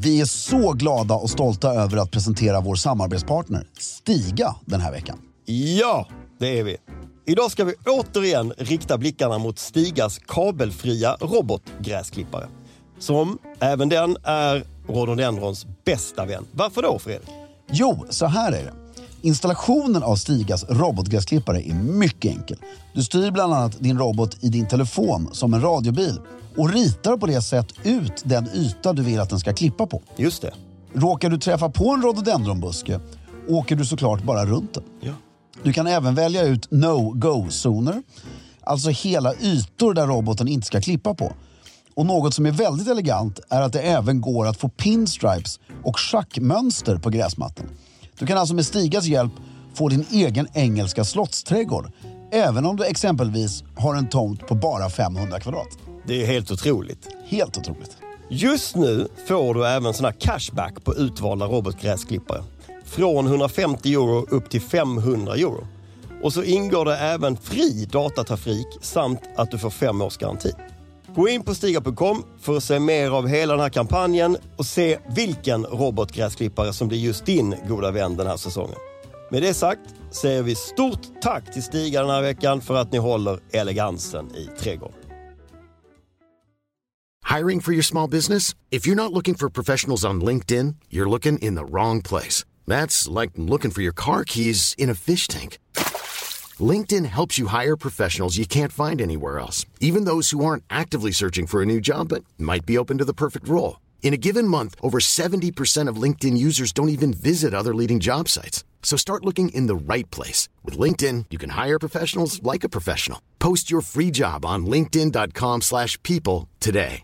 Vi är så glada och stolta över att presentera vår samarbetspartner Stiga den här veckan. Ja, det är vi. Idag ska vi återigen rikta blickarna mot Stigas kabelfria robotgräsklippare. Som även den är rhododendrons bästa vän. Varför då, Fredrik? Jo, så här är det. Installationen av Stigas robotgräsklippare är mycket enkel. Du styr bland annat din robot i din telefon som en radiobil och ritar på det sätt ut den yta du vill att den ska klippa på. Just det. Råkar du träffa på en rhododendronbuske åker du såklart bara runt den. Ja. Du kan även välja ut no-go-zoner, alltså hela ytor där roboten inte ska klippa på. Och något som är väldigt elegant är att det även går att få pinstripes och schackmönster på gräsmattan. Du kan alltså med Stigas hjälp få din egen engelska slottsträdgård, även om du exempelvis har en tomt på bara 500 kvadrat. Det är helt otroligt. Helt otroligt. Just nu får du även såna cashback på utvalda robotgräsklippare. Från 150 euro upp till 500 euro. Och så ingår det även fri datatrafik samt att du får 5 års garanti. Gå in på stiga.com för att se mer av hela den här kampanjen och se vilken robotgräsklippare som blir just din goda vän den här säsongen. Med det sagt säger vi stort tack till Stiga den här veckan för att ni håller elegansen i trädgården. Hiring for your small business? If you're not looking for professionals on LinkedIn, you're looking in the wrong place. That's like looking for your car keys in a fish tank. LinkedIn helps you hire professionals you can't find anywhere else, even those who aren't actively searching for a new job but might be open to the perfect role. In a given month, over 70% of LinkedIn users don't even visit other leading job sites. So start looking in the right place. With LinkedIn, you can hire professionals like a professional. Post your free job on linkedin.com/people today.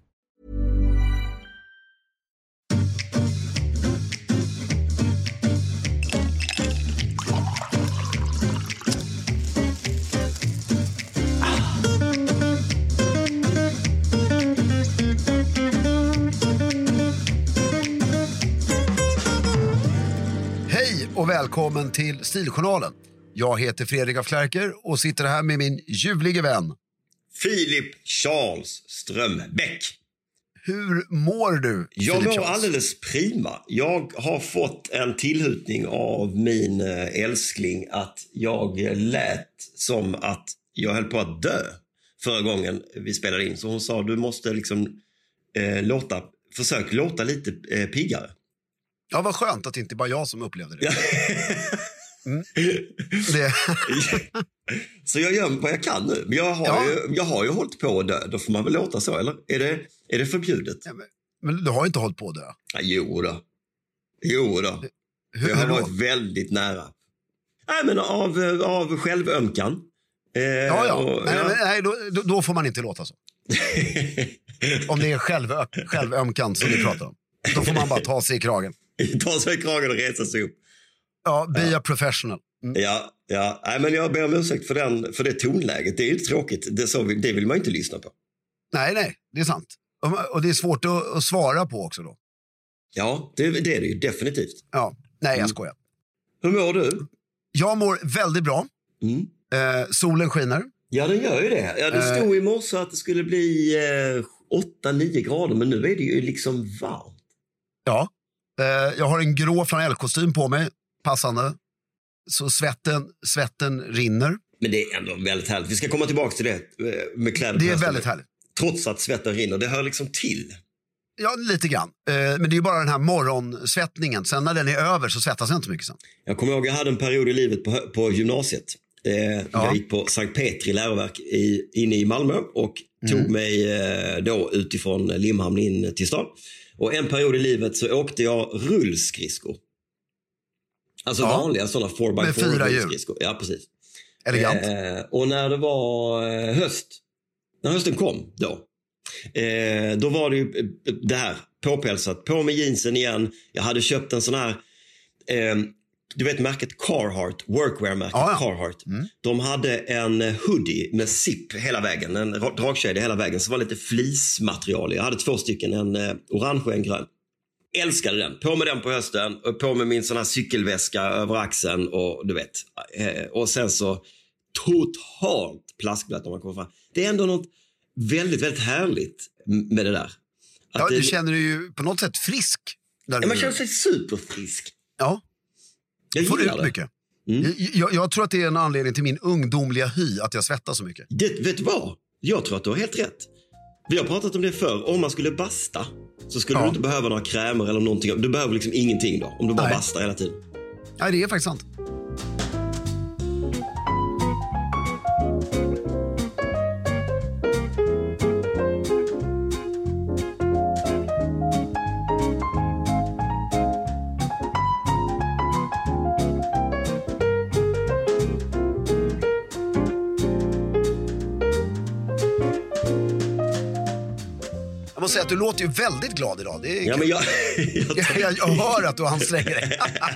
Och välkommen till Stiljournalen. Jag heter Fredrik af Klerker och sitter här med min ljuvlige vän Filip Charles Strömbäck. Hur mår du, Jag Filip mår Charles? alldeles prima. Jag har fått en tillhutning av min älskling att jag lät som att jag höll på att dö förra gången vi spelade in. Så hon sa, du måste liksom försök låta lite piggare. Ja, vad skönt att det inte bara jag som upplevde det. Det. Så jag gör vad jag kan nu. Men jag har ju hållit på att dö. Då får man väl låta så, eller? Är det förbjudet? Ja, men du har ju inte hållit på att dö. Ja, jo då. Jag har varit väldigt nära. Nej, men av självömkan. Då får man inte låta så. Om det är självömkan som vi pratar om. Då får man bara ta sig i kragen. Ta sig i kragen och resa sig upp. Ja, be a professional. Ja. Nej, men jag ber om ursäkt för det tonläget. Det är ju tråkigt. Det vill man inte lyssna på. Nej, det är sant. Och det är svårt att svara på också då. Ja, det är det ju definitivt. Ja, nej jag skojar. Hur mår du? Jag mår väldigt bra. Solen skiner. Ja, den gör ju det. Ja, det stod i morse att det skulle bli 8-9 grader, men nu är det ju liksom varmt. Ja, jag har en grå flanellkostym på mig, passande. Så svetten rinner. Men det är ändå väldigt härligt. Vi ska komma tillbaka till det med kläder. Det är väldigt härligt. Trots att svetten rinner, det hör liksom till. Ja, lite grann. Men det är ju bara den här morgonsvettningen. Sen när den är över så svettas jag inte mycket sen. Jag kommer ihåg, jag hade en period i livet på gymnasiet. Jag gick på Sankt Petri läroverk inne i Malmö och tog mig då utifrån Limhamn in till stan. Och en period i livet så åkte jag rullskridskor. Alltså vanliga sådana 4x4 rullskridskor. Ja, precis. Elegant. Och när det var när hösten kom då var det ju det här påpälsat. På med jeansen igen. Jag hade köpt en sån här du vet märket Carhartt, workwear-märket Carhartt. De hade en hoodie med zip hela vägen, en dragkedja hela vägen, som var lite flismaterial. Jag hade 2 stycken, en orange och en grön. Älskade den. På med den på hösten och på med min sån här cykelväska över axeln och du vet. Och sen så totalt plaskblött när man kommer fram. Det är ändå något väldigt, väldigt härligt med det där. Att du känner dig ju på något sätt frisk. Man känner sig superfrisk. Ja. Jag får gillar ut det. Mycket. Jag tror att det är en anledning till min ungdomliga hy att jag svettas så mycket. Vet du vad? Jag tror att du har helt rätt. Vi har pratat om det förr. Om man skulle basta så skulle du inte behöva några krämer eller någonting. Du behöver liksom ingenting då. Om du bara bastar hela tiden. Nej, det är faktiskt sant. Jag måste säga att du låter ju väldigt glad idag. Det är men jag hör att du anstränger dig.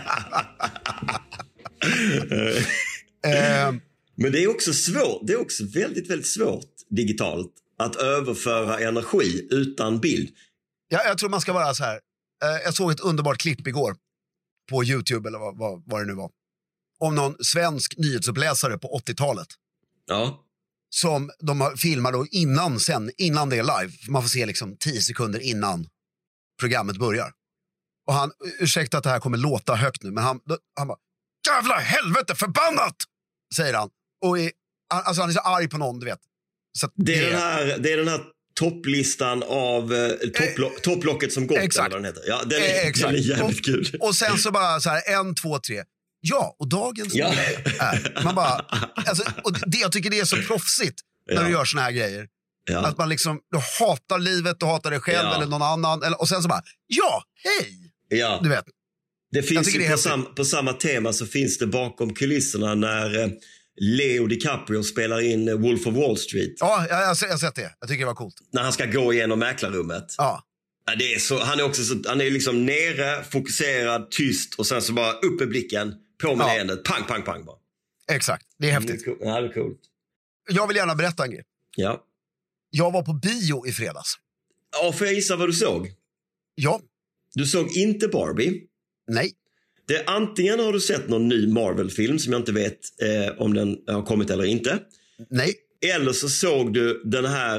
Men det är också svårt. Det är också väldigt, väldigt svårt digitalt att överföra energi utan bild. Ja, jag tror man ska vara så här. Jag såg ett underbart klipp igår på YouTube eller vad det nu var. Om någon svensk nyhetsuppläsare på 80-talet. Ja. Som de filmar då innan det är live. Man får se liksom 10 sekunder innan programmet börjar. Och han, ursäkta att det här kommer låta högt nu, men han bara, jävla helvete, förbannat! Säger han. Och alltså han är så arg på någon, du vet. Så det är den här topplistan av topplocket som gått. Exakt. Eller vad den heter. Ja, den är jävligt kul. Och sen så bara så här, 1, 2, 3. Ja, och dagens är. Man bara, alltså, och jag tycker det är så proffsigt när du gör såna här grejer. Ja. Att man liksom, du hatar livet, du hatar dig själv eller någon annan. Och sen så bara, hej! Ja. Du vet. Det finns ju på samma tema så finns det bakom kulisserna när Leo DiCaprio spelar in Wolf of Wall Street. Ja, jag har sett det. Jag tycker det var coolt. När han ska gå igenom mäklarrummet. Ja. Det är så, han är liksom nere, fokuserad, tyst och sen så bara upp med blicken, på med leendet, pang, pang, pang bara. Exakt, det är häftigt. Ja, det är coolt. Jag vill gärna berätta en grej. Ja. Jag var på bio i fredags. Ja, får jag gissa vad du såg? Ja. Du såg inte Barbie? Nej. Antingen har du sett någon ny Marvel-film som jag inte vet om den har kommit eller inte. Nej. Eller så såg du den här...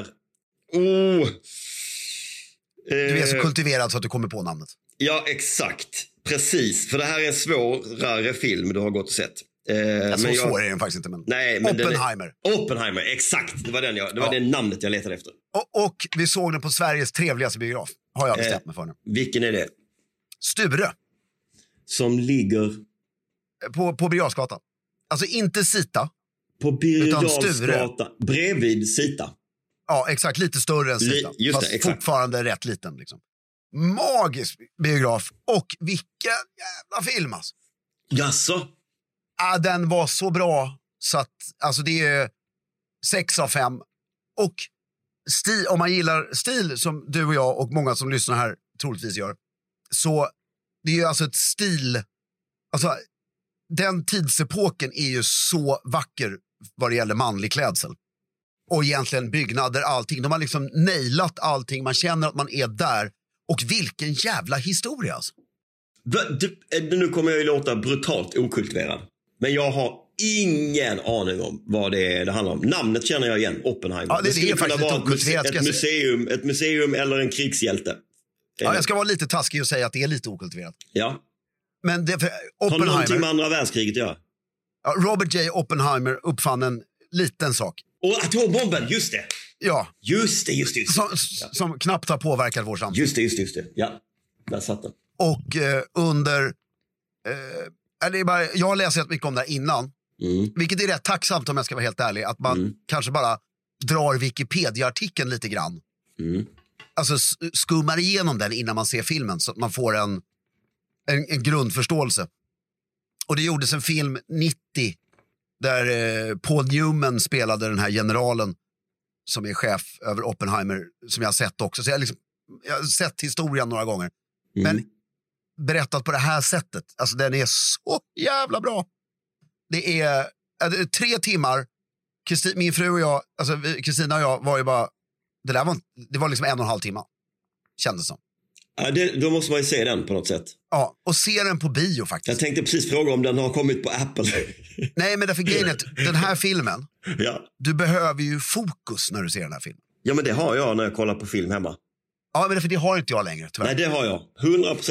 Du är så kultiverad så att du kommer på namnet. Ja, exakt. Precis. För det här är en svårare film du har gått och sett. Så svår är den faktiskt inte. Men... Nej, men Oppenheimer. Oppenheimer, exakt. Det var det namnet jag letade efter. Och vi såg den på Sveriges trevligaste biograf. Har jag bestämt mig för nu. Vilken är det? Sture. Som ligger... På Birger Jarlsgatan. Alltså inte Sita. På Birger Jarlsgatan. Bredvid Sita. Ja, exakt. Lite större än Sita. Just det, fast exakt. Fortfarande rätt liten. Liksom. Magisk biograf. Och vilken jävla film alltså. Jaså? Ja, den var så bra. Så att, alltså det är 6 av 5. Och om man gillar stil som du och jag och många som lyssnar här troligtvis gör. Så det är ju alltså ett stil. Alltså den tidsepoken är ju så vacker vad det gäller manlig klädsel. Och egentligen byggnader, allting. De har liksom nailat allting. Man känner att man är där. Och vilken jävla historia alltså. Nu kommer jag ju låta brutalt okultiverad. Men jag har ingen aning om vad det handlar om. Namnet känner jag igen, Oppenheimer. Ja, det skulle kunna vara ett museum eller en krigshjälte. Ja, jag ska vara lite taskig och säga att det är lite okultiverat. Ja. Men det, Oppenheimer, har någonting med andra världskriget att göra? Ja, Robert J. Oppenheimer uppfann en liten sak. Och atombomben, just det. Ja. Just det. Som knappt har påverkat vår samtid. Just det. Ja, där satt den. Och jag har läst rätt mycket om det här innan. Vilket är rätt tacksamt om jag ska vara helt ärlig. Att man kanske bara drar Wikipedia-artikeln lite grann. Alltså skummar igenom den innan man ser filmen. Så att man får en grundförståelse. Och det gjordes en film 90. Där Paul Newman spelade den här generalen. Som är chef över Oppenheimer. Som jag har sett också. Så jag har sett historien några gånger. Men berättat på det här sättet. Alltså den är så jävla bra. Det är 3 timmar. Min fru och jag, alltså Kristina och jag var ju bara, det var liksom 1,5 timmar. Kändes som. Ja, då måste man ju se den på något sätt. Ja, och se den på bio faktiskt. Jag tänkte precis fråga om den har kommit på Apple. Nej, men därför grejen är den här filmen, du behöver ju fokus när du ser den här filmen. Ja, men det har jag när jag kollar på film hemma. Ja, men det har inte jag längre, tyvärr. Nej, det har jag. 100%. Ja,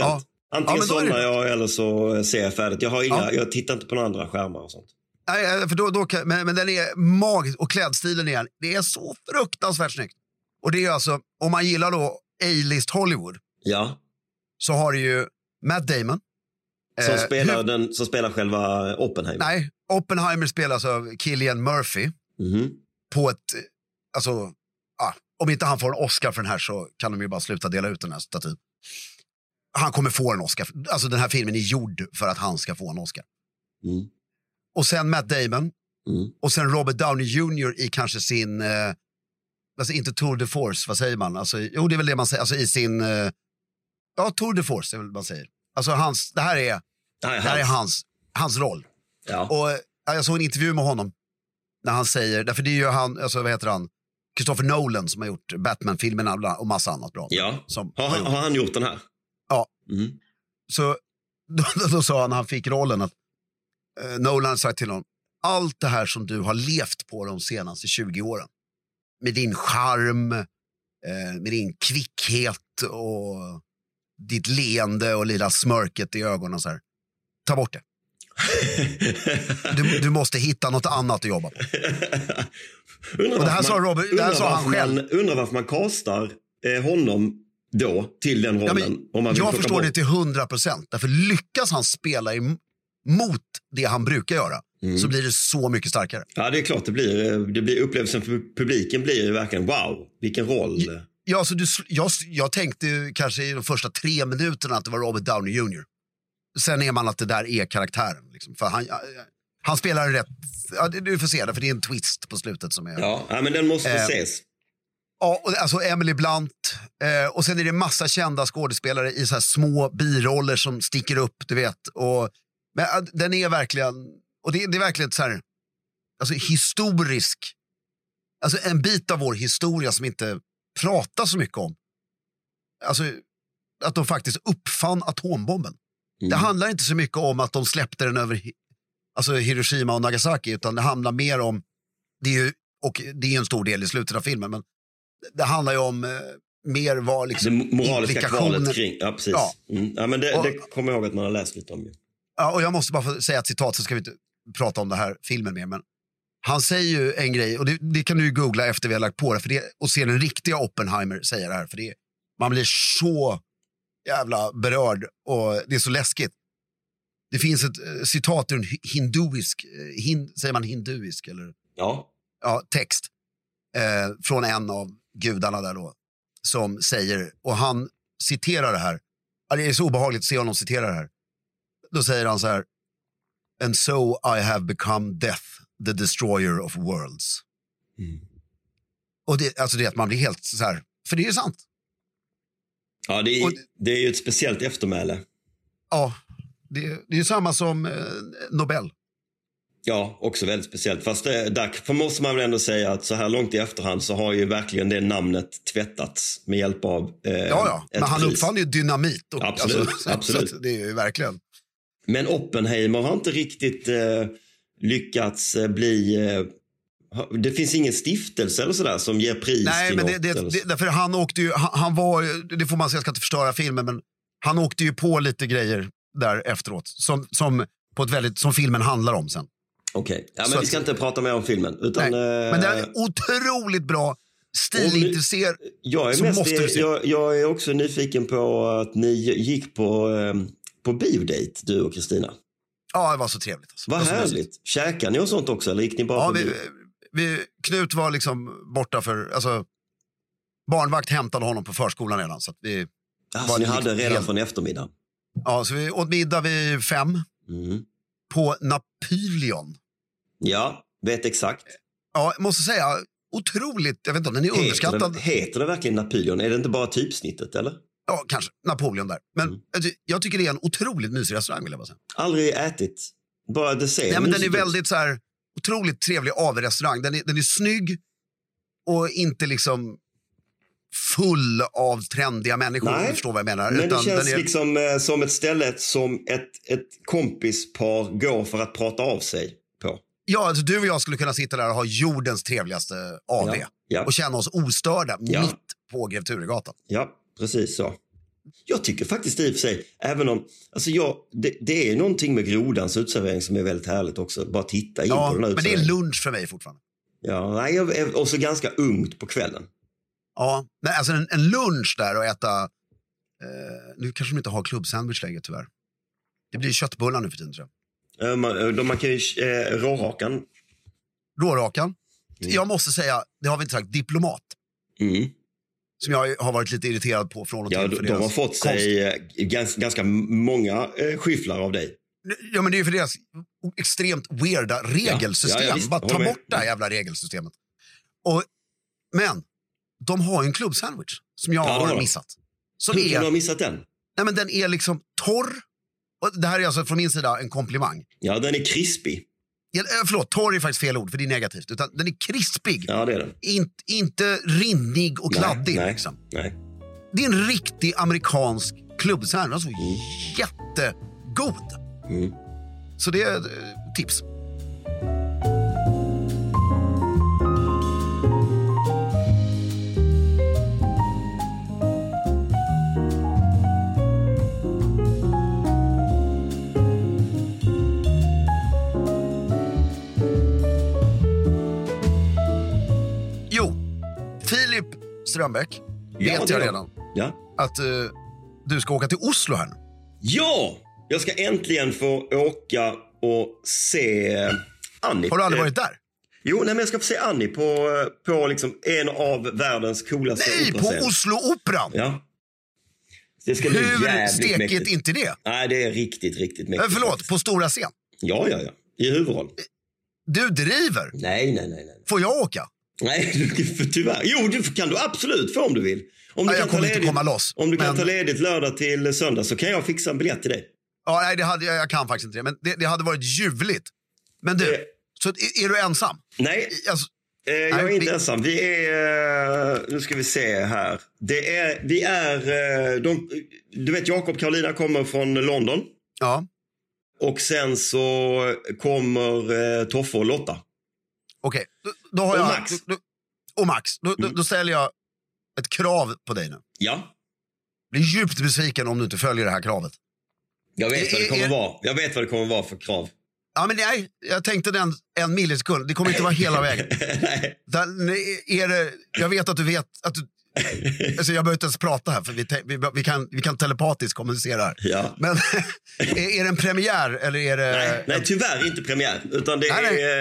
Antingen somnar jag eller så ser jag färdigt. Jag tittar inte på några andra skärmar och sånt. Nej, för men den är magisk och klädstilen igen. Det är så fruktansvärt snyggt. Och det är alltså, om man gillar då A-list Hollywood. Ja. Så har du ju Matt Damon. Som spelar själva Oppenheimer. Nej, Oppenheimer spelas av Cillian Murphy. På ett, alltså, om inte han får en Oscar för den här så kan de ju bara sluta dela ut den här statyn. Han kommer få en Oscar. Alltså den här filmen är gjord för att han ska få en Oscar. Och sen Matt Damon. Och sen Robert Downey Jr. i kanske sin, alltså inte Tour de Force, vad säger man? Alltså, jo, det är väl det man säger. Alltså i sin, Tour de Force är väl man säger. Alltså det här är hans roll. Ja. Och jag såg en intervju med honom när han säger, därför det är ju han, alltså vad heter han? Christopher Nolan som har gjort Batman-filmerna och massa annat bra. Ja, har han gjort den här? Ja. Så då sa han när han fick rollen att Nolan sa till honom, allt det här som du har levt på de senaste 20 åren, med din charm, med din kvickhet och ditt leende och lilla smörket i ögonen så här, ta bort det. Du måste hitta något annat att jobba på. Och det här sa Robert, det här sa han själv. Undrar varför man kastar honom då till den rollen. Jag förstår det till 100%. Därför lyckas han spela mot det han brukar göra, så blir det så mycket starkare. Ja, det är klart det blir upplevelsen för publiken blir ju verkligen wow, vilken roll. Ja, så jag tänkte kanske i de första 3 minuterna att det var Robert Downey Jr. Sen är man att det där är karaktären. Liksom. För han spelar rätt... Ja, du får se det, för det är en twist på slutet som är... Ja, men den måste ses. Ja, och alltså Emily Blunt. Och sen är det massa kända skådespelare i så här små biroller som sticker upp, du vet. Men den är verkligen... Och det är verkligen så här... Alltså historisk... Alltså en bit av vår historia som inte pratar så mycket om. Alltså att de faktiskt uppfann atombomben. Det handlar inte så mycket om att de släppte den över Hiroshima och Nagasaki, utan det handlar mer om, det är en stor del i slutet av filmen, men det handlar ju om mer vad liksom det moraliska kvalet kring, ja precis. Ja. Ja, men det kommer jag ihåg att man har läst lite om. Ja, och jag måste bara få säga ett citat, så ska vi inte prata om det här filmen mer, men han säger ju en grej, och det kan du ju googla efter vi har lagt på det, och se den riktiga Oppenheimer säger det här, för man blir så jävla berörd och det är så läskigt. Det finns ett citat ur en hinduisk, säger man hinduisk eller? Ja, text från en av gudarna där då, som säger, och han citerar det här. Det är så obehagligt att se honom citera det här. Då säger han så här: and so I have become death, the destroyer of worlds. Och det är att man blir helt så här, för det är ju sant. Ja, det är ju ett speciellt eftermäle. Ja, det är ju samma som Nobel. Ja, också väldigt speciellt. Fast där måste man väl ändå säga att så här långt i efterhand så har ju verkligen det namnet tvättats med hjälp av men han uppfann ju dynamit. Och, absolut, absolut. Så det är ju verkligen. Men Oppenheimer har inte riktigt lyckats bli... Det finns ingen stiftelse eller sådär som ger pris. Nej, men därför han åkte ju, han var, det får man säga, jag ska inte förstöra filmen, men han åkte ju på lite grejer där efteråt som på ett väldigt, som filmen handlar om sen. Okej, ja, men vi ska inte prata mer om filmen utan, men det är otroligt bra, stilintresserad. Jag är också nyfiken på att ni gick på biodate, du och Kristina. Ja, det var så trevligt alltså. Vad härligt. Käkade ni och sånt också eller gick ni bara på Knut var liksom borta för, alltså barnvakt hämtade honom på förskolan redan, så att vi ni hade redan från eftermiddagen. Ja, så vi åt middag vid 5 på Napoleon. Ja, vet exakt. Ja, jag måste säga, otroligt, jag vet inte om den är underskattad. Heter det verkligen Napoleon? Är det inte bara typsnittet, eller? Ja, kanske. Napoleon där. Men jag tycker det är en otroligt mysig restaurang, vill jag bara säga. Aldrig ätit. Bara det ser. Nej, men den är väldigt så här, otroligt trevlig AV-restaurang. Den är snygg och inte liksom full av trendiga människor. Nej, förstår vad jag menar. Men det känns liksom som ett ställe som ett kompispar går för att prata av sig på. Ja, alltså du och jag skulle kunna sitta där och ha jordens trevligaste AV. Ja. Och känna oss ostörda mitt på Grev Turegatan. Ja, precis så. Jag tycker faktiskt i och för sig, även om, alltså det är någonting med Grodans utservering som är väldigt härligt också. Bara titta in på den här men det är lunch för mig fortfarande. Ja, nej, jag är också ganska ungt på kvällen. Ja, men alltså en lunch där och äta, nu kanske de inte har klubbsandwich längre tyvärr. Det blir köttbullar nu för tiden tror jag. Man kan ju rårakan. Rårakan. Jag måste säga, det har vi inte sagt, diplomat. Som jag har varit lite irriterad på från och till. Ja, de har fått sig ganska många skyfflar av dig. Ja, men det är för deras extremt weirda regelsystem. Bara ta bort det här jävla regelsystemet. Men de har ju en klubbsandwich som jag har missat. Hur kan du ha missat den? Nej, men den är liksom torr. Och det här är alltså från min sida en komplimang. Ja, den är krispig. Förlåt, torr är faktiskt fel ord för det är negativt. Utan den är krispig. Ja, det är den. Inte rinnig och kladdig. Nej. Liksom. Det är en riktig amerikansk klubbsandwich. Alltså jättegod. Så det är tips. Filip Strömbäck, vet jag redan att du ska åka till Oslo här nu. Ja, jag ska äntligen få åka och se Annie. Har du aldrig varit där? Jo, men jag ska få se Annie på liksom en av världens coolaste operascener. Nej, på Oslo-operan? Ja. Det ska bli hur stekigt mäktigt. Inte det? Nej, det är riktigt mäktigt. Förlåt, faktiskt. På stora scen? Ja. I huvudroll. Du driver? Nej. Får jag åka? Nej, tyvärr. Jo, det kan du absolut få om du vill. Om du jag kommer inte komma loss. Om du kan ta ledigt lördag till söndag så kan jag fixa en biljett till dig. Ja, nej, jag kan faktiskt inte det. Men det hade varit ljuvligt. Men du, så är du ensam? Nej, alltså, jag är inte ensam. Vi är, nu ska vi se här. Du vet, Jakob Karolina kommer från London. Ja. Och sen så kommer Toffe och Lotta. Okej, då har jag... Max. Max. Då ställer jag ett krav på dig nu. Ja. Blir djupt besviken om du inte följer det här kravet. Jag vet vad det kommer vara. Jag vet vad det kommer vara för krav. Ja, men nej, jag tänkte en millisekund. Det kommer inte vara hela vägen. Jag vet att du vet att du... Alltså jag behöver inte ens prata här för vi kan telepatiskt kommunicera här. Ja. Men är det en premiär eller är det... Nej, tyvärr inte premiär. Utan det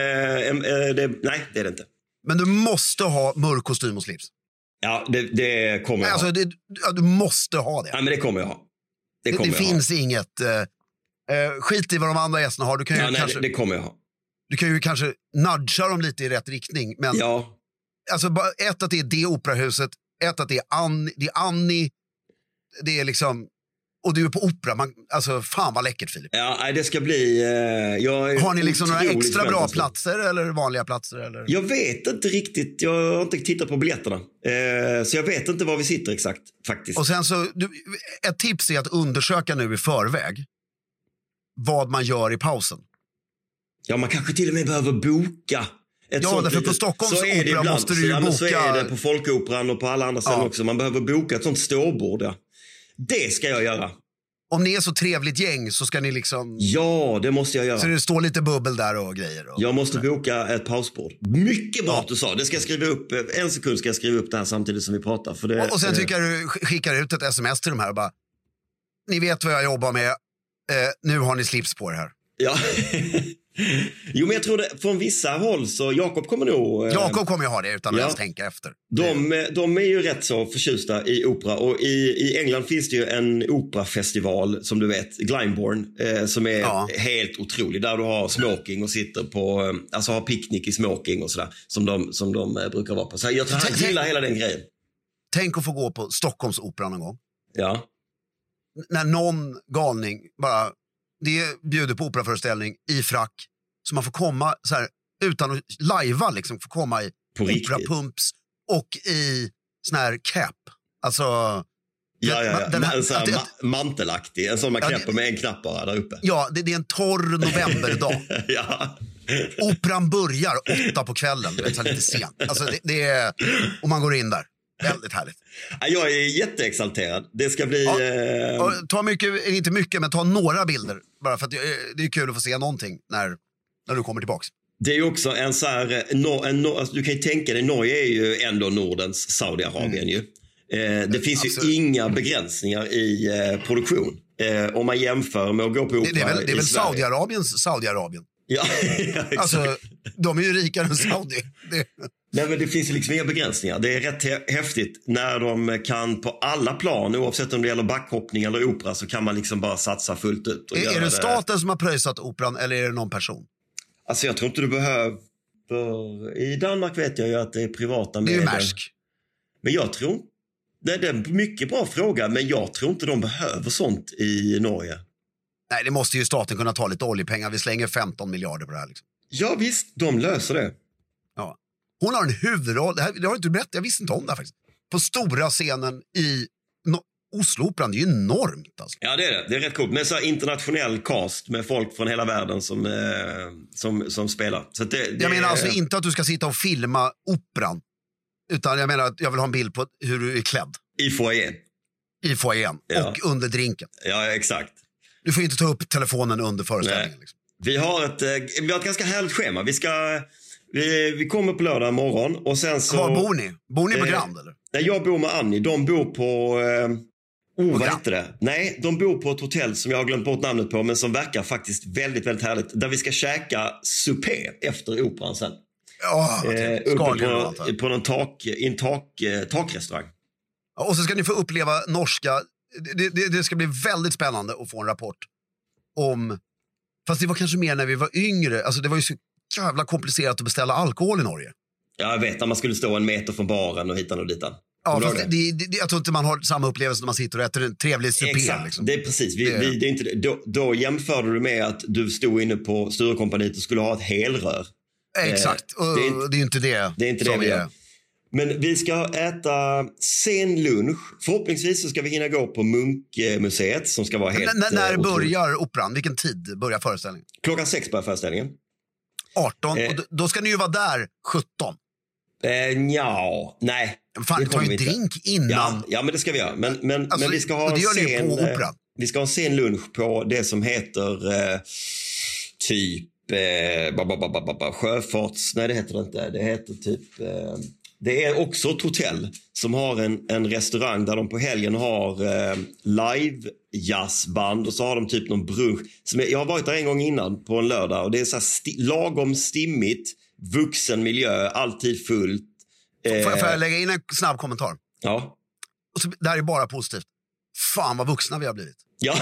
nej, det är det inte. Men du måste ha mörk kostym och slips. Ja, det kommer jag ha. Du måste ha det. Ja, men det kommer jag ha. Det finns inget... skit i vad de andra gästerna har. Du kan ju det kommer jag ha. Du kan ju kanske nudga dem lite i rätt riktning. Men alltså, att det är det operahuset. Att det är Annie. Det är liksom... Och du är på opera. Alltså, fan vad läckert, Filip. Ja, det ska bli... har ni liksom några extra bra platser eller vanliga platser? Eller? Jag vet inte riktigt. Jag har inte tittat på biljetterna. Så jag vet inte var vi sitter exakt, faktiskt. Och sen så... ett tips är att undersöka nu i förväg vad man gör i pausen. Ja, man kanske till och med behöver boka. Därför på Stockholms opera måste du ju boka. Så är det på Folkoperan och på alla andra ställen också. Man behöver boka ett sånt ståbord. Ja. Det ska jag göra. Om ni är så trevligt gäng så ska ni liksom... Ja, det måste jag göra. Så det står lite bubbel där och grejer. Jag måste boka ett pausbord. Mycket bra att du sa. Det ska jag skriva upp. En sekund ska jag skriva upp det här samtidigt som vi pratar. För det, och sen tycker jag du skickar ut ett sms till de här och bara... Ni vet vad jag jobbar med. Nu har ni slips på det här. Ja. Jo, men jag tror det från vissa håll så Jakob kommer ju ha det utan att ens tänka efter. De är ju rätt så förtjusta i opera och i England finns det ju en operafestival som du vet, Glyndebourne, som är helt otrolig, där du har smoking och sitter på, alltså har picknick i smoking och sådär som de brukar vara på. Så jag gillar hela den grejen. Tänk att få gå på Stockholms opera någon gång. Ja. När någon galning bara... Det bjuder på operaföreställning i frack. Så man får komma så här, utan att lajva liksom, får komma i operapumps och i sån här cap. Alltså... mantelaktig. En sån man knäpper med en knapp bara där uppe. Ja, det är en torr novemberdag. Ja. Operan börjar 8 på kvällen. Det är lite sent. Alltså det är... Och man går in där. Väldigt härligt. Jag är jätteexalterad. Det ska bli... Ta mycket, inte mycket, men ta några bilder. Bara för att det är kul att få se någonting när du kommer tillbaks. Det är ju också en så här... alltså, du kan ju tänka dig, Norge är ju ändå Nordens Saudiarabien ju. Det finns ju inga begränsningar i produktion. Om man jämför med att gå på opera det är väl Saudiarabiens Saudiarabien. Ja, exakt. Alltså, de är ju rikare än Saudi. Nej, men det finns ju liksom inga begränsningar. Det är rätt häftigt när de kan på alla plan, oavsett om det gäller backhoppning eller opera, så kan man liksom bara satsa fullt ut. Och är det staten som har pröjsat operan eller är det någon person? Alltså jag tror inte du behöver... I Danmark vet jag ju att det är privata medel. Det är ju Märsk. Men jag tror... Det är en mycket bra fråga, men jag tror inte de behöver sånt i Norge. Nej, det måste ju staten kunna ta lite oljepengar. Vi slänger 15 miljarder på det här. Liksom. Ja visst, de löser det. Ja. Hon har en huvudroll, det har inte berättat, jag visste inte om det här faktiskt. På stora scenen i Oslo-operan, det är ju enormt. Alltså. Ja, det är det. Det är rätt coolt. Med så internationell cast med folk från hela världen som spelar. Så jag menar alltså inte att du ska sitta och filma operan. Utan jag menar att jag vill ha en bild på hur du är klädd. I foajén. I foajén. Ja. Och under drinken. Ja, exakt. Du får inte ta upp telefonen under föreställningen. Liksom. Vi har ett ganska härligt schema. Vi kommer på lördag morgon och sen så... Var bor ni? Bor ni på Grand eller? Nej, jag bor med Annie. De bor på... vad heter det? Nej, de bor på ett hotell som jag har glömt bort namnet på, men som verkar faktiskt väldigt, väldigt härligt. Där vi ska käka souper efter operan sen. Uppe på någon takrestaurang. Ja, och så ska ni få uppleva norska. Det ska bli väldigt spännande att få en rapport om... Fast det var kanske mer när vi var yngre. Alltså det var ju så jävla komplicerat att beställa alkohol i Norge. Ja, jag vet. När man skulle stå en meter från baren och hitan och ditan. Ja, fast jag tror inte man har samma upplevelse när man sitter och äter en trevlig supé. Exakt, liksom. det är precis. Det är inte det. Då jämförde du med att du stod inne på Sturecompagniet och skulle ha ett helrör. Exakt, och det är ju inte det. Det är inte det vi gör. Men vi ska äta sen lunch. Förhoppningsvis så ska vi hinna gå på Munkmuseet som ska vara helt... När börjar operan? Vilken tid börjar föreställningen? 6:00 börjar föreställningen. 18, och då ska ni ju vara där 17. Nej. Fan, ni tar ju drink innan. Ja, men det ska vi göra. Men vi ska ha det gör ni på operan. Vi ska ha en sen lunch på det som heter typ sjöfarts... Nej, det heter det inte. Det heter typ... Det är också ett hotell som har en restaurang där de på helgen har live-jazzband och så har de typ någon brunch. Jag har varit där en gång innan på en lördag och det är så här lagom stimmigt, vuxen miljö, alltid fullt. Får jag lägga in en snabb kommentar? Ja. Och så, det här är bara positivt. Fan vad vuxna vi har blivit. Ja.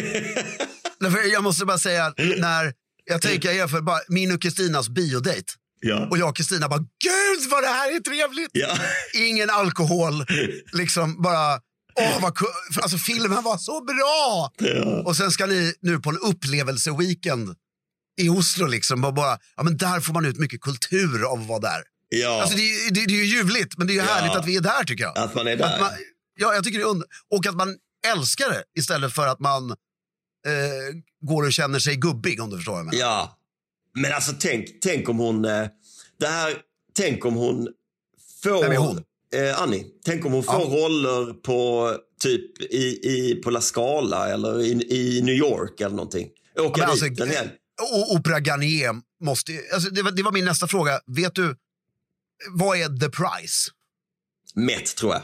Jag måste bara säga att när jag tänker för bara min och Kristinas biodate. Ja. Och jag och Kristina bara, gud vad det här är trevligt. Ja. Ingen alkohol. Liksom bara, alltså filmen var så bra. Ja. Och sen ska ni nu på en upplevelseweekend i Oslo liksom. Bara, ja men där får man ut mycket kultur av att vara där. Ja. Alltså det är ju ljuvligt, men det är ju härligt att vi är där tycker jag. Att man är där. Jag tycker det är och att man älskar det istället för att man går och känner sig gubbig, om du förstår vad jag menar. Ja. Men alltså tänk om hon tänk om hon får Annie, tänk om hon får roller på typ på La Scala eller i New York eller någonting. Åka dit den här. Opera Garnier måste alltså det var min nästa fråga. Vet du vad är the price? Met tror jag.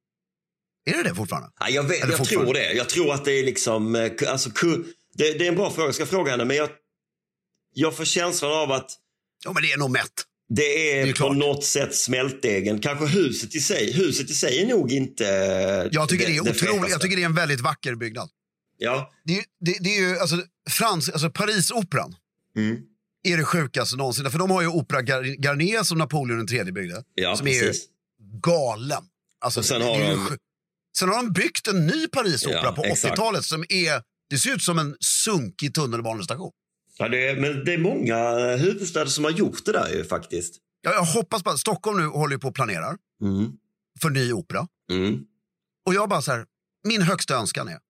Är det fortfarande? Ja, jag tror det. Jag tror att det är liksom alltså det är en bra fråga. Jag ska fråga henne, men jag får känslan av att... Ja, men det är nog mätt. Det är på klart. Något sätt smältdegen. Kanske huset i sig. Huset i sig är nog inte... Jag tycker det är otroligt. Jag tycker det är en väldigt vacker byggnad. Ja. Det är ju... Alltså Parisoperan är det sjukaste någonsin. För de har ju Opera Garnier som Napoleon III byggde. Ja, som precis. är galen. Alltså, och sen har de byggt en ny Parisopera på 80-talet som är... Det ser ut som en sunkig tunnelbanestation. Ja, men det är många huvudstäder som har gjort det där ju faktiskt. Ja, jag hoppas bara. Stockholm nu håller på att planerar för ny opera. Och jag bara så här, min högsta önskan är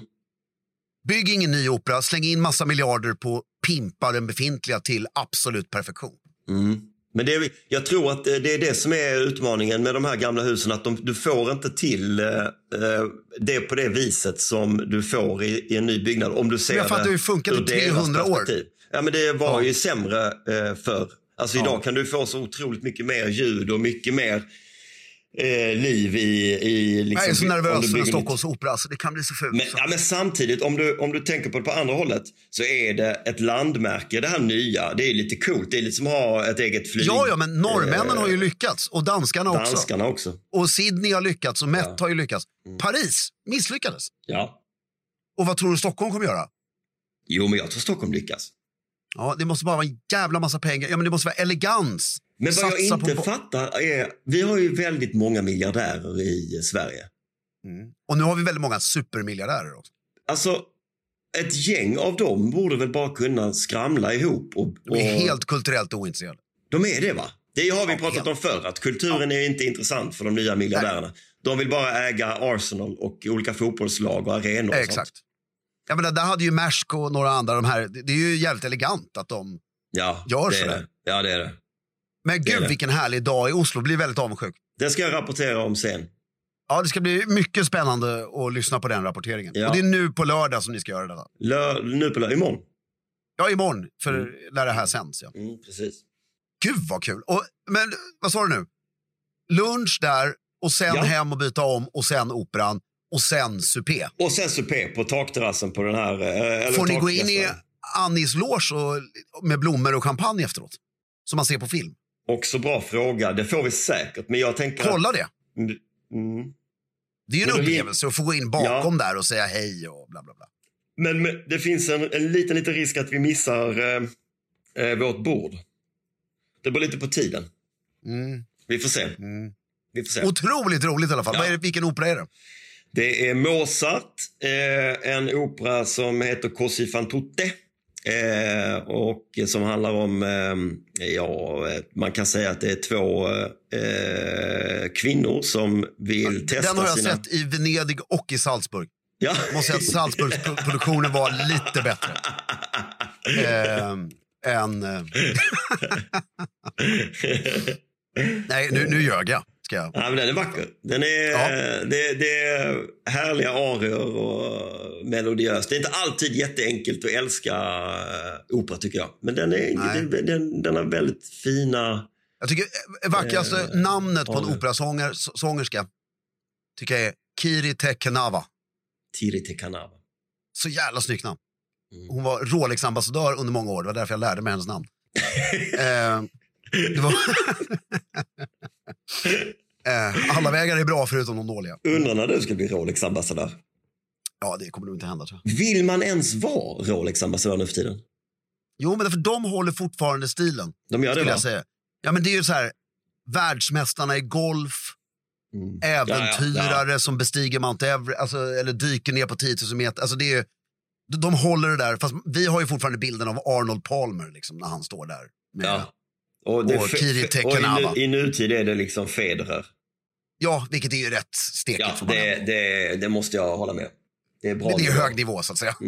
bygg ingen ny opera, släng in massa miljarder på pimpa den befintliga till absolut perfektion. Men jag tror att det är det som är utmaningen med de här gamla husen. Att du får inte till det på det viset som du får i en ny byggnad. Om du ser jag fattar hur det funkar i 300 år. Ja, men det var ju sämre för. Alltså idag kan du få så otroligt mycket mer ljud och mycket mer liv i liksom, jag är så nervös för Stockholms opera, så det kan bli så fult. Men samtidigt, om du tänker på det på andra hållet, så är det ett landmärke, det här nya. Det är lite coolt, det är lite som att ha ett eget flyg. Ja, men norrmännen har ju lyckats, och danskarna också. Och Sydney har lyckats, och Met har ju lyckats. Paris misslyckades. Ja. Och vad tror du Stockholm kommer göra? Jo, men jag tror Stockholm lyckas. Ja, det måste bara vara en jävla massa pengar. Ja, men det måste vara elegans. Men vad jag inte fattar är, vi har ju väldigt många miljardärer i Sverige. Och nu har vi väldigt många supermiljardärer också. Alltså, ett gäng av dem borde väl bara kunna skramla ihop. De är helt kulturellt ointresserade. De är det, va? Det har vi pratat om förr, att kulturen är inte intressant för de nya miljardärerna. Nej. De vill bara äga Arsenal och olika fotbollslag och arenor och exakt. Sånt. Ja, men där hade ju Maersk och några andra, de här, det är ju jävligt elegant att de gör sådär. Ja, det är det. Men gud, vilken härlig dag i Oslo, blir väldigt avundsjuk. Det ska jag rapportera om sen. Ja, det ska bli mycket spännande att lyssna på den rapporteringen. Ja. Och det är nu på lördag som ni ska göra det. Nu på lördag, imorgon? Ja, imorgon, för när det här sänds. Ja. Precis. Gud vad kul. Men vad sa du nu? Lunch där, och sen hem och byta om, och sen operan. Och sen supé. Och sen supé på takterrassen på den här... Får ni gå in i Annis loge med blommor och champagne efteråt? Som man ser på film. Också bra fråga. Det får vi säkert. Men jag tänker... Kolla det. Det är ju en upplevelse att få gå in bakom där och säga hej och bla bla bla. Men det finns en liten risk att vi missar vårt bord. Det beror lite på tiden. Vi får se. Vi får se. Otroligt roligt i alla fall. Ja. Vilken opera är det? Det är Mozart, en opera som heter Così fan tutte, och som handlar om, man kan säga att det är två kvinnor som vill testa den har jag sett i Venedig och i Salzburg. Ja. Jag måste säga att Salzburgs produktionen var lite bättre än... Nej, nu ljög jag. Ja, men den är vacker. Den är, det är härliga arior och melodiöst. Det är inte alltid jätteenkelt att älska opera, tycker jag. Men den är väldigt fina... Jag tycker vackraste namnet på en operasångerska tycker jag är Kiri Te Kanava. Kiri Te Kanava. Så jävla snyggt namn. Hon var Rolex-ambassadör under många år. Det var därför jag lärde mig hennes namn. Det var... alla vägar är bra förutom de dåliga. Undrar när du ska bli Rolex-ambassadör. Ja, det kommer nog inte hända, tror jag. Vill man ens vara Rolex-ambassadör nu för tiden? Jo, men för de håller fortfarande stilen. De gör det, va? Jag säga. Ja, men det är ju så här, världsmästarna i golf, äventyrare som bestiger Mount Everest, alltså, eller dyker ner på 10 000 meter. Alltså det är, de håller det där. Fast vi har ju fortfarande bilden av Arnold Palmer liksom, när han står där med och Kiri Te Kanava. I nutid är det liksom Federer. Ja, vilket är ju rätt stekigt. Ja, det måste jag hålla med. Det är bra. Men det är hög nivå, så att säga.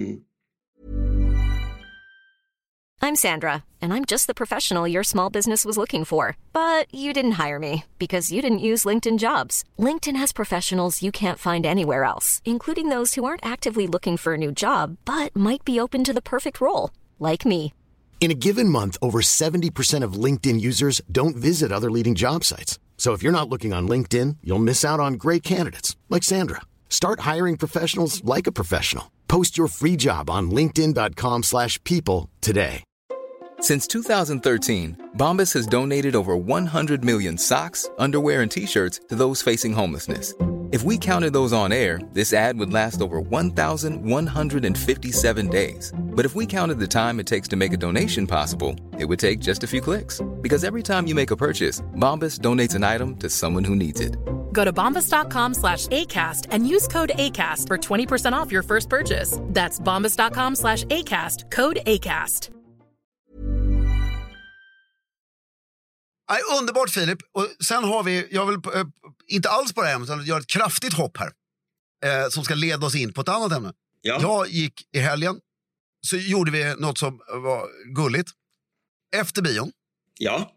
I'm Sandra, and I'm just the professional your small business was looking for. But you didn't hire me because you didn't use LinkedIn Jobs. LinkedIn has professionals you can't find anywhere else, including those who aren't actively looking for a new job, but might be open to the perfect role, like me. In a given month, over 70% of LinkedIn users don't visit other leading job sites. So if you're not looking on LinkedIn, you'll miss out on great candidates like Sandra. Start hiring professionals like a professional. Post your free job on linkedin.com/people today. Since 2013, Bombas has donated over 100 million socks, underwear, and T-shirts to those facing homelessness. If we counted those on air, this ad would last over 1,157 days. But if we counted the time it takes to make a donation possible, it would take just a few clicks. Because every time you make a purchase, Bombas donates an item to someone who needs it. Go to bombas.com/ACAST and use code ACAST for 20% off your first purchase. That's bombas.com/ACAST, code ACAST. Nej, underbart, Filip. Och sen har vi, jag vill inte alls på det här, utan göra ett kraftigt hopp här. Som ska leda oss in på ett annat ämne. Ja. Jag gick i helgen, så gjorde vi något som var gulligt. Efter bion. Ja.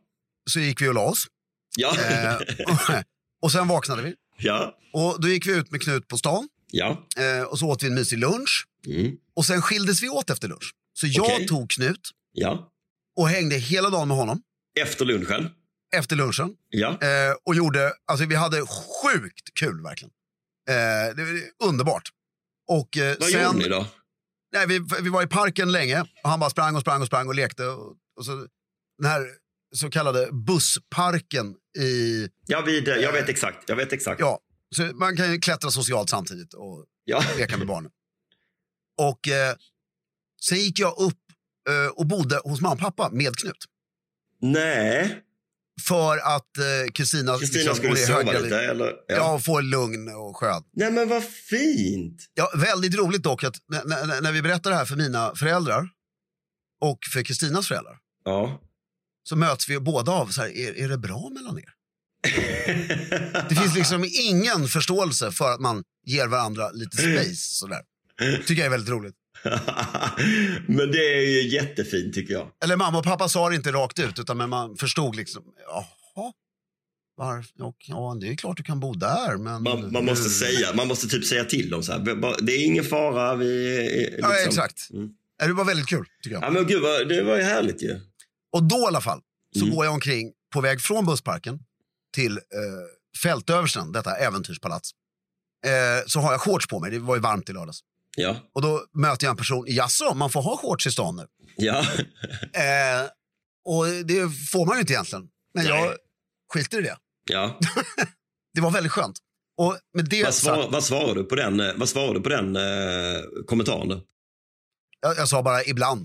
så gick vi och la oss. Ja. Och sen vaknade vi. Ja. Och då gick vi ut med Knut på stan. Ja. Och så åt vi en mysig lunch. Och sen skildes vi åt efter lunch. Så jag tog Knut. Ja. Och hängde hela dagen med honom. Efter lunchen. Efter lunchen. Ja. Och gjorde, alltså vi hade sjukt kul verkligen. Det var underbart. Och vad gjorde ni då? Nej, vi var i parken länge. Och han bara sprang och lekte. Och så den här så kallade bussparken i... Jag vet exakt. Ja, så man kan ju klättra socialt samtidigt och leka med barnen. Och sen gick jag upp och bodde hos mamma och pappa med Knut. Nej. För att Kristina skulle sova lite, eller? Ja, få lugn och skön. Nej, men vad fint. Ja, väldigt roligt dock att när vi berättar det här för mina föräldrar och för Kristinas föräldrar. Ja. Så möts vi båda av så här, är det bra mellan er? Det finns liksom ingen förståelse för att man ger varandra lite space sådär. Tycker jag är väldigt roligt. Men det är ju jättefint tycker jag. Eller mamma och pappa sa det inte rakt ut utan men man förstod liksom, jaha. Ja, det är klart du kan bo där, men... Man måste typ säga till dem så här. Det är ingen fara, liksom... Ja, exakt. Det var väldigt kul, tycker jag. Ja, men gud, det var ju härligt ju. Och då i alla fall så går jag omkring på väg från bussparken till Fältöversten, detta äventyrspalats. Så har jag shorts på mig, det var ju varmt i lördags. Ja. Och då möter jag en person, jaså, man får ha shorts i stan nu. Ja. Och det får man ju inte egentligen. Men jag skiter i det. Ja. Det var väldigt skönt. Och med det vad svarade du på den kommentaren då? Jag sa bara ibland.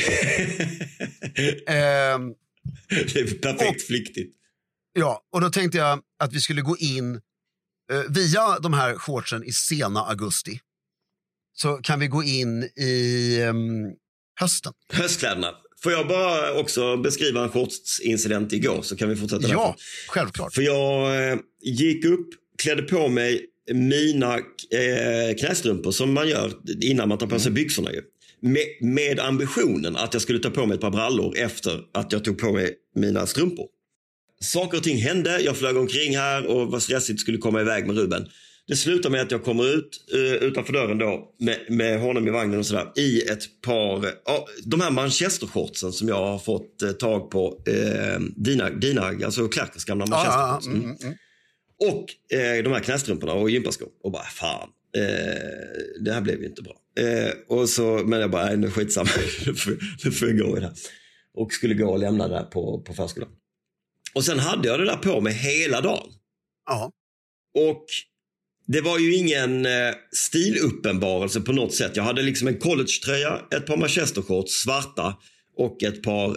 Det är perfekt flyktigt. Ja, och då tänkte jag att vi skulle gå in via de här shortsen i sena augusti. Så kan vi gå in i hösten. Höstkläderna. Får jag bara också beskriva en shortsincident igår så kan vi fortsätta därför. Ja, självklart. För jag gick upp, klädde på mig mina knästrumpor som man gör innan man tar på sig byxorna ju. Med ambitionen att jag skulle ta på mig ett par brallor efter att jag tog på mig mina strumpor. Saker och ting hände, jag flög omkring här och var stressigt skulle komma iväg med Ruben. Det slutar med att jag kommer ut utanför dörren då med honom i vagnen och sådär i ett par, de här Manchester-shortsen som jag har fått tag på, dina alltså Clarkers gamla Manchester-shorts. Och de här knästrumporna och gympaskor och bara fan, det här blev ju inte bra. Och så, men jag bara, nu skitsamma, nu får jag gå i det här. Och skulle gå och lämna det där på förskolan. Och sen hade jag det där på mig hela dagen. Ja. Och det var ju ingen stiluppenbarelse på något sätt. Jag hade liksom en collegetröja, ett par Manchester-shorts, svarta och ett par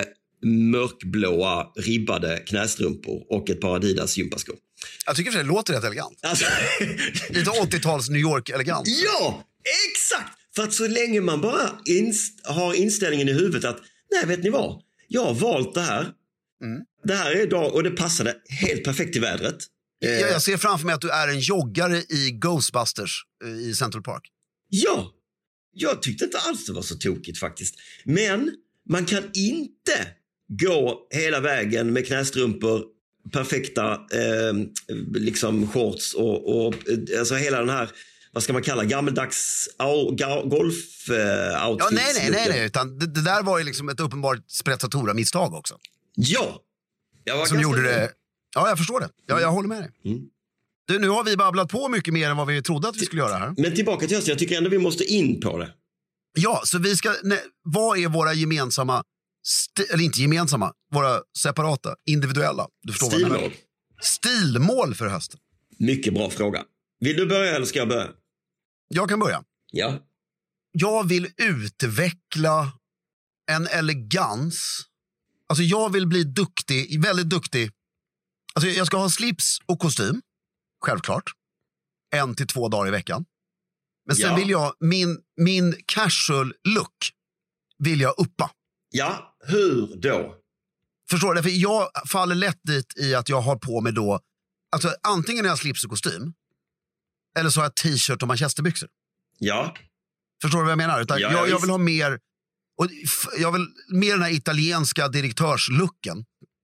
mörkblåa ribbade knästrumpor och ett par Adidas gympaskor. Jag tycker det låter rätt elegant. Alltså, lite 80-tals New York-elegant. Ja, exakt! För att så länge man bara har inställningen i huvudet att nej, vet ni vad? Jag har valt det här. Det här är idag och det passade helt perfekt i vädret. Jag ser framför mig att du är en joggare i Ghostbusters i Central Park. Ja, jag tyckte inte alls det var så tokigt faktiskt. Men man kan inte gå hela vägen med knästrumpor, perfekta liksom shorts och alltså hela den här, vad ska man kalla, gammeldags golf-outfits. Ja, nej, utan det där var ju liksom ett uppenbart sprezzatura-misstag också. Ja. Som gjorde det. Ja, jag förstår det. Jag håller med dig. Du, nu har vi babblat på mycket mer än vad vi trodde att vi skulle göra här. Men tillbaka till hösten, jag tycker ändå vi måste in på det. Ja, så vi ska, vad är våra gemensamma, eller inte gemensamma, våra separata, individuella, du förstår stilmål. Vad stilmål för hösten. Mycket bra fråga. Vill du börja eller ska jag börja? Jag kan börja. Ja. Jag vill utveckla en elegans. Alltså jag vill bli duktig, väldigt duktig. Alltså jag ska ha slips och kostym, självklart. 1 till 2 dagar i veckan. Men sen vill jag, min casual look vill jag uppa. Ja, hur då? Förstår du? För jag faller lätt dit i att jag har på mig då, alltså antingen är jag slips och kostym, eller så har jag t-shirt och manchesterbyxor. Ja. Förstår du vad jag menar? Utan jag vill ha mer, och jag vill mer den här italienska direktörslooken.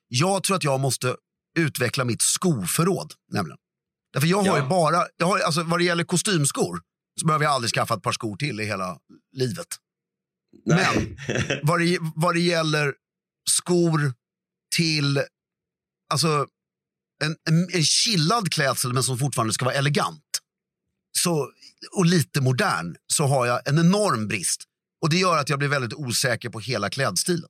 Jag tror att jag måste utveckla mitt skoförråd, nämligen. Därför jag har ju bara, alltså vad det gäller kostymskor så behöver jag aldrig skaffa ett par skor till i hela livet. Nej. Men vad det gäller skor till, alltså en chillad klädsel men som fortfarande ska vara elegant så, och lite modern, så har jag en enorm brist. Och det gör att jag blir väldigt osäker på hela klädstilen.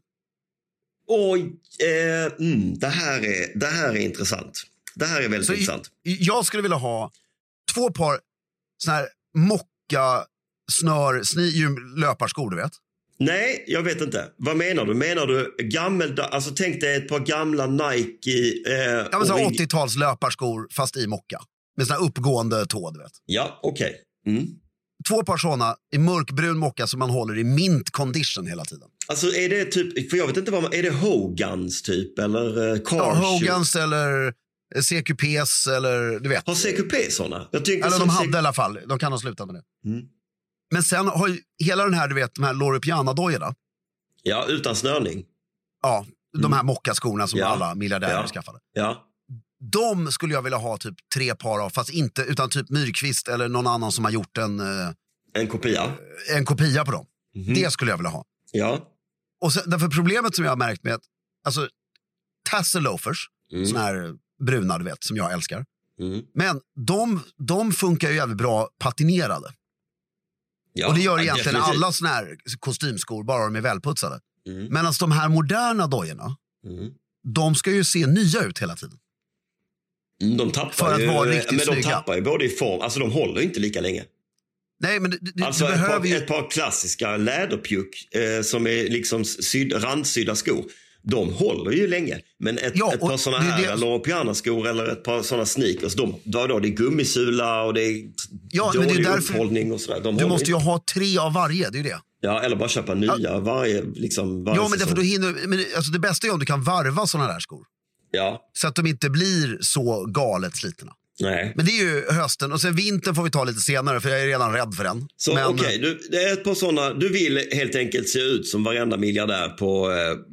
Det här är intressant. Det här är väldigt intressant. Jag skulle vilja ha 2 par såna här mocka löparskor, du vet. Nej, jag vet inte. Vad menar du? Menar du alltså tänk dig ett par gamla Nike... Ja, men så 80-tals löparskor fast i mocka. Med såna här uppgående tå, du vet. Ja, okej. Okay. 2 par såna i mörkbrun mocka som man håller i mint condition hela tiden. Alltså är det typ, för jag vet inte vad är det Hogans typ eller Hogans eller CQPs eller du vet. Har CQP såna? Eller de hade i alla fall, de kan ha slutat med det. Men sen har ju hela den här, du vet, de här Loro Piana-dojorna. Ja, utan snörning. Ja, de här mockaskorna som alla miljardärer skaffade. Ja. De skulle jag vilja ha typ 3 par av, fast inte utan typ Myrkvist eller någon annan som har gjort en kopia. En kopia på dem. Det skulle jag vilja ha. Ja. Och sen, därför problemet som jag har märkt med alltså tassel loafers, såna här bruna, du vet, som jag älskar. Men de funkar ju jävligt bra patinerade. Ja, och det gör egentligen alla såna här kostymskor, bara de är välputsade. Men alltså de här moderna dojorna, de ska ju se nya ut hela tiden. De tappar de tappar ju både i form, alltså de håller inte lika länge. Nej, men alltså ett par klassiska läderpjuck som är liksom randsydda skor, de håller ju länge. Men ett par såna här Loro Piana-skor eller ett par såna sneakers, då det är gummisula och det är dålig upphållning och sådär. Du måste ju ha 3 av varje, det är ju det. Ja, eller bara köpa nya varje ja, men därför då alltså det bästa är om du kan varva såna där skor. Ja. Så att de inte blir så galet slitna. Nej. Men det är ju hösten och sen vintern får vi ta lite senare för jag är redan rädd för den. Så okej, det är ett par sådana, du vill helt enkelt se ut som varenda miljardär på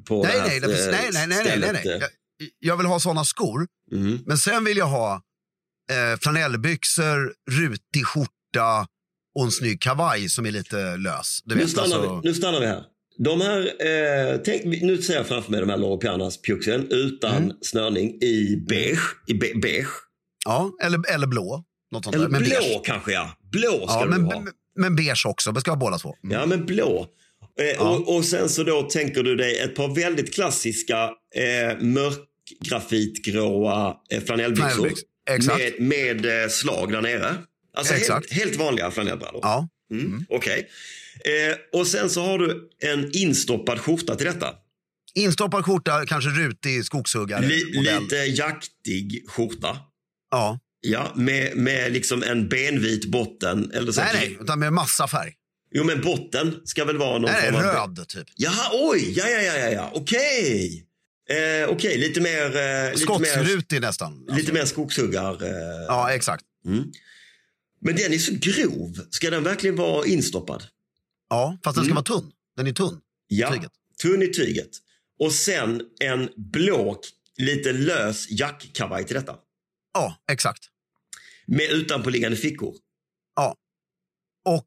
nej. Jag vill ha sådana skor. Men sen vill jag ha flanellbyxor, rutig skjorta och en snygg kavaj som är lite lös. Nu stannar vi här. De här, nu ser jag framför mig de här Loro Pianas pjuxen utan snörning i beige. Ja, eller blå. Något sånt eller där. Men blå beige. Kanske, ja. Blå ska du ha. Men beige också, det ska ha båda två. Ja, men blå. Och sen så då tänker du dig ett par väldigt klassiska mörkgrafitgråa flanellbyxor. Exakt. Med slag där nere. Alltså helt vanliga flanellbrallor. Ja. Okej. Och sen så har du en instoppad skjorta till detta. Instoppad skjorta, kanske rutig skogshuggare. Lite jaktig skjorta. Ja. Ja, med liksom en benvit botten. Eller så nej, utan med massa färg. Jo, men botten ska väl vara någon form av röd typ. Jaha, oj, ja. Okej, lite mer... Skottsrutig nästan. Lite mer skogshuggar. Ja, exakt. Men den är så grov. Ska den verkligen vara instoppad? Ja, fast den ska vara tunn. Den är tunn. Ja, tyget. Tunn i tyget. Och sen en blå, lite lös jackkavaj till detta. Ja, exakt. Med utanpåliggande fickor. Ja. Och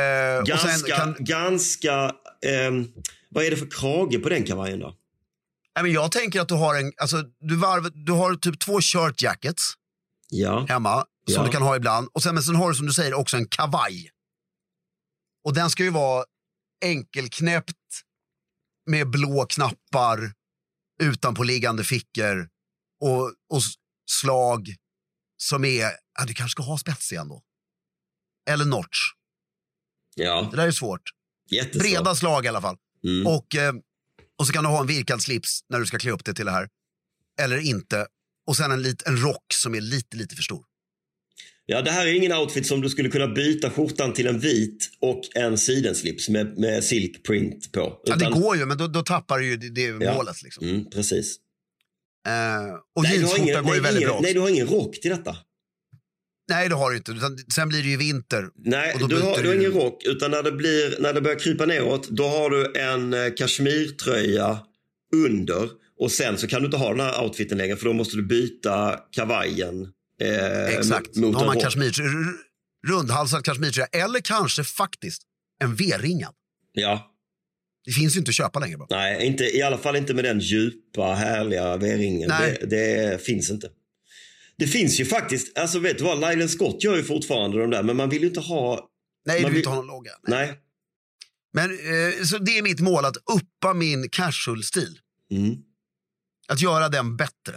ganska vad är det för krage på den kavajen då? Nej, men jag tänker att du har du har typ 2 shirt jackets hemma som du kan ha ibland. Och sen har du, som du säger, också en kavaj. Och den ska ju vara enkelknäppt med blå knappar, utanpåliggande fickor och slag som är, du kanske ska ha spets igen då. Eller notch. Ja. Det där är svårt. Jättesvårt. Breda slag i alla fall. Och så kan du ha en virkad slips när du ska klä upp det till det här. Eller inte. Och sen en rock som är lite för stor. Ja, det här är ingen outfit som du skulle kunna byta skjortan till en vit och en sidenslips med silk print på. Ja, det går ju, men då tappar du ju det målet liksom. Precis. Och jeansskjorta går ju väldigt bra också. Nej, du har ingen rock till detta. Nej, det har du inte. Sen blir det ju vinter. Nej, du har ingen rock. Utan när det börjar krypa neråt, då har du en kashmirtröja under. Och sen så kan du inte ha den här outfiten längre, för då måste du byta kavajen. Exakt, då har man rundhalsad kashmirtröja eller kanske faktiskt en V-ringad. Ja. Det finns ju inte att köpa längre bara. Nej, inte, i alla fall inte med den djupa, härliga V-ringen. Det finns inte. Det finns ju faktiskt, alltså vet du vad, Lyle Scott gör ju fortfarande de där, men man vill ju inte ha... Nej, du vill inte ha någon logga. Nej. Men så det är mitt mål, att uppa min casual-stil. Att göra den bättre.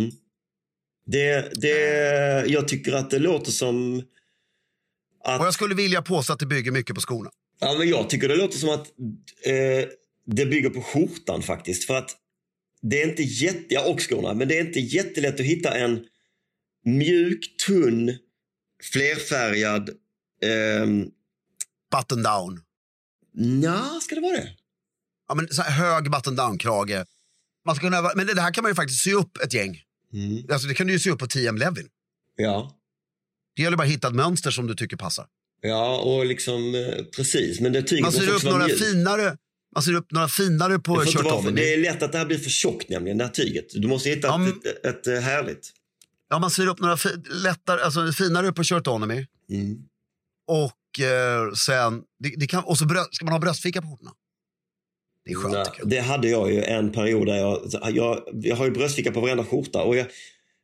Jag tycker att det låter som att... Och jag skulle vilja påstå att det bygger mycket på skorna. Ja, men jag tycker det låter som att det bygger på skjortan faktiskt. För att det är inte och skorna, men det är inte jättelätt att hitta en mjuk, tunn, flerfärgad... button down. Nja, ska det vara det? Ja, men så här hög button down krage. Man ska kunna, men det här kan man ju faktiskt sy upp ett gäng. Alltså det kan du ju sy upp på TM Levin. Ja. Det gäller bara att hitta ett mönster som du tycker passar. Ja, och liksom precis, men det tyget man syr upp några finare. Man syr upp några finare på shirtommen. Det är lätt att det här blir för tjockt nämligen, det här tyget. Du måste hitta ett härligt. Ja, man syr upp några lättare, alltså finare på shirtommen. Och sen det kan, och så ska man ha bröstficka på skjortorna. Det är skönt. Det hade jag ju en period där jag har ju bröstficka på varenda skjorta och jag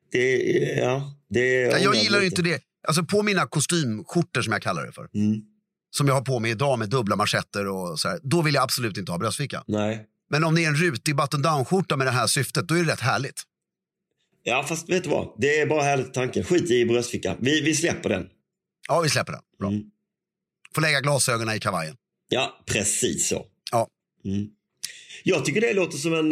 gillar ju inte det. Alltså på mina kostymskjortor som jag kallar det för. Som jag har på mig idag med dubbla manschetter och så här, då vill jag absolut inte ha bröstficka. Nej. Men om det är en rutig button down skjorta med det här syftet, då är det rätt härligt. Ja, fast vet du vad? Det är bara härligt tanken. Skit i bröstficka. Vi släpper den. Ja, vi släpper den. Bra. Får lägga glasögonen i kavajen. Ja, precis så. Ja. Jag tycker det låter som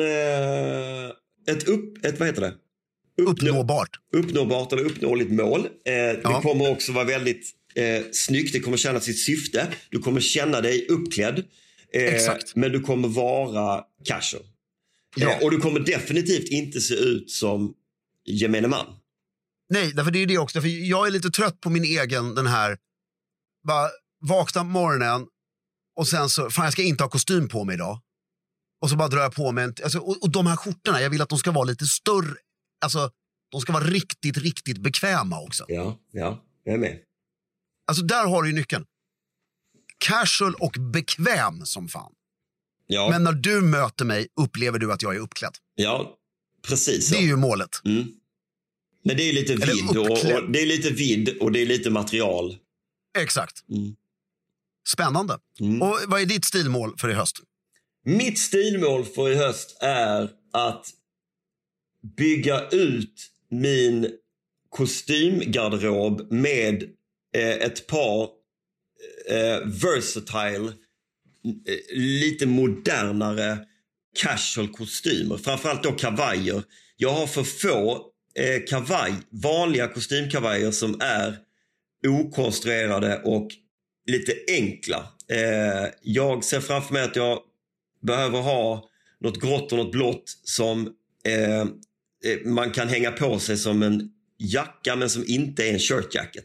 vad heter det? Uppnåbart eller uppnåeligt mål. Det kommer också vara väldigt snyggt. Det kommer känna sitt syfte. Du kommer känna dig uppklädd. Exakt. Men du kommer vara casual. Och du kommer definitivt inte se ut som gemene man. Nej, därför det är det också. För jag är lite trött på min egen, den här, bara vakna på morgonen och sen så, fan jag ska inte ha kostym på mig idag. Och så bara drar jag på mig och de här skjortorna, jag vill att de ska vara lite större. Alltså, de ska vara riktigt, riktigt bekväma också. Ja, jag är med. Alltså, där har du ju nyckeln. Casual och bekväm som fan. Ja. Men när du möter mig upplever du att jag är uppklädd. Ja, precis. Det är ju målet. Men det är lite vidd och det är lite vidd och det är lite material. Exakt. Spännande. Och vad är ditt stilmål för i höst? Mitt stilmål för i höst är att bygga ut min kostymgarderob med ett par versatile, lite modernare casual kostymer. Framförallt då kavajer. Jag har för få vanliga kostymkavajer som är okonstruerade och lite enkla. Jag ser framför mig att jag behöver ha något grått och något blått som man kan hänga på sig som en jacka men som inte är en shirtjacket.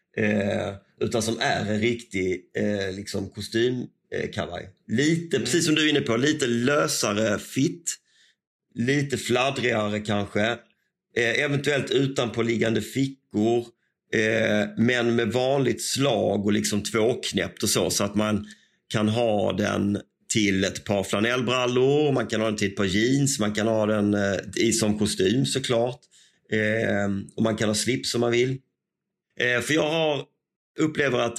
Utan som är en riktig liksom kostymkavaj. Lite, precis som du är inne på, lite lösare fit. Lite fladdrigare kanske. Eventuellt utanpåliggande fickor. Men med vanligt slag och liksom tvåknäppt och så att man kan ha den till ett par flanellbrallor, man kan ha den till ett par jeans, man kan ha den som kostym såklart. Och man kan ha slips om man vill. För jag upplever att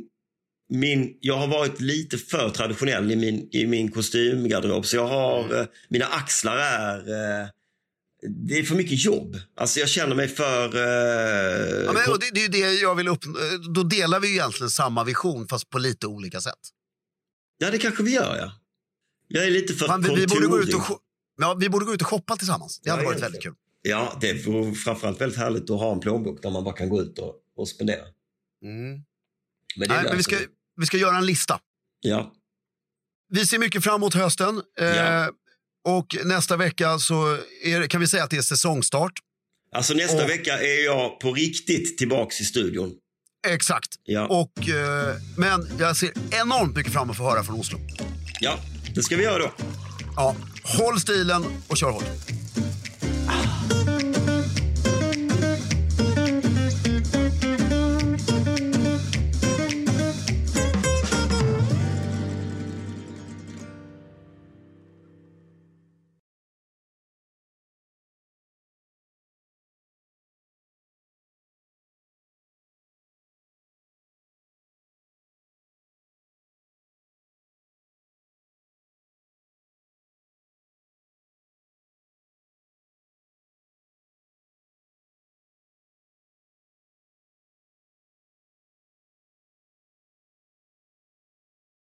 jag har varit lite för traditionell i min kostymgarderob. Så jag har, mina axlar det är för mycket jobb. Alltså jag känner mig för... Ja, men, och det är ju det jag vill då delar vi ju egentligen samma vision fast på lite olika sätt. Ja, det kanske vi gör, ja. Jag är lite för vi borde gå ut och shoppa tillsammans. Det hade varit väldigt kul. Ja, det är framförallt väldigt härligt att ha en plånbok där man bara kan gå ut och spendera. Men vi ska göra en lista. Ja. Vi ser mycket fram emot hösten. Och nästa vecka så kan vi säga att det är säsongstart. Alltså nästa vecka är jag på riktigt tillbaks i studion. Exakt. Ja. Men jag ser enormt mycket fram emot att få höra från Oslo. Ja, det ska vi göra då. Ja, Håll stilen och kör hårt.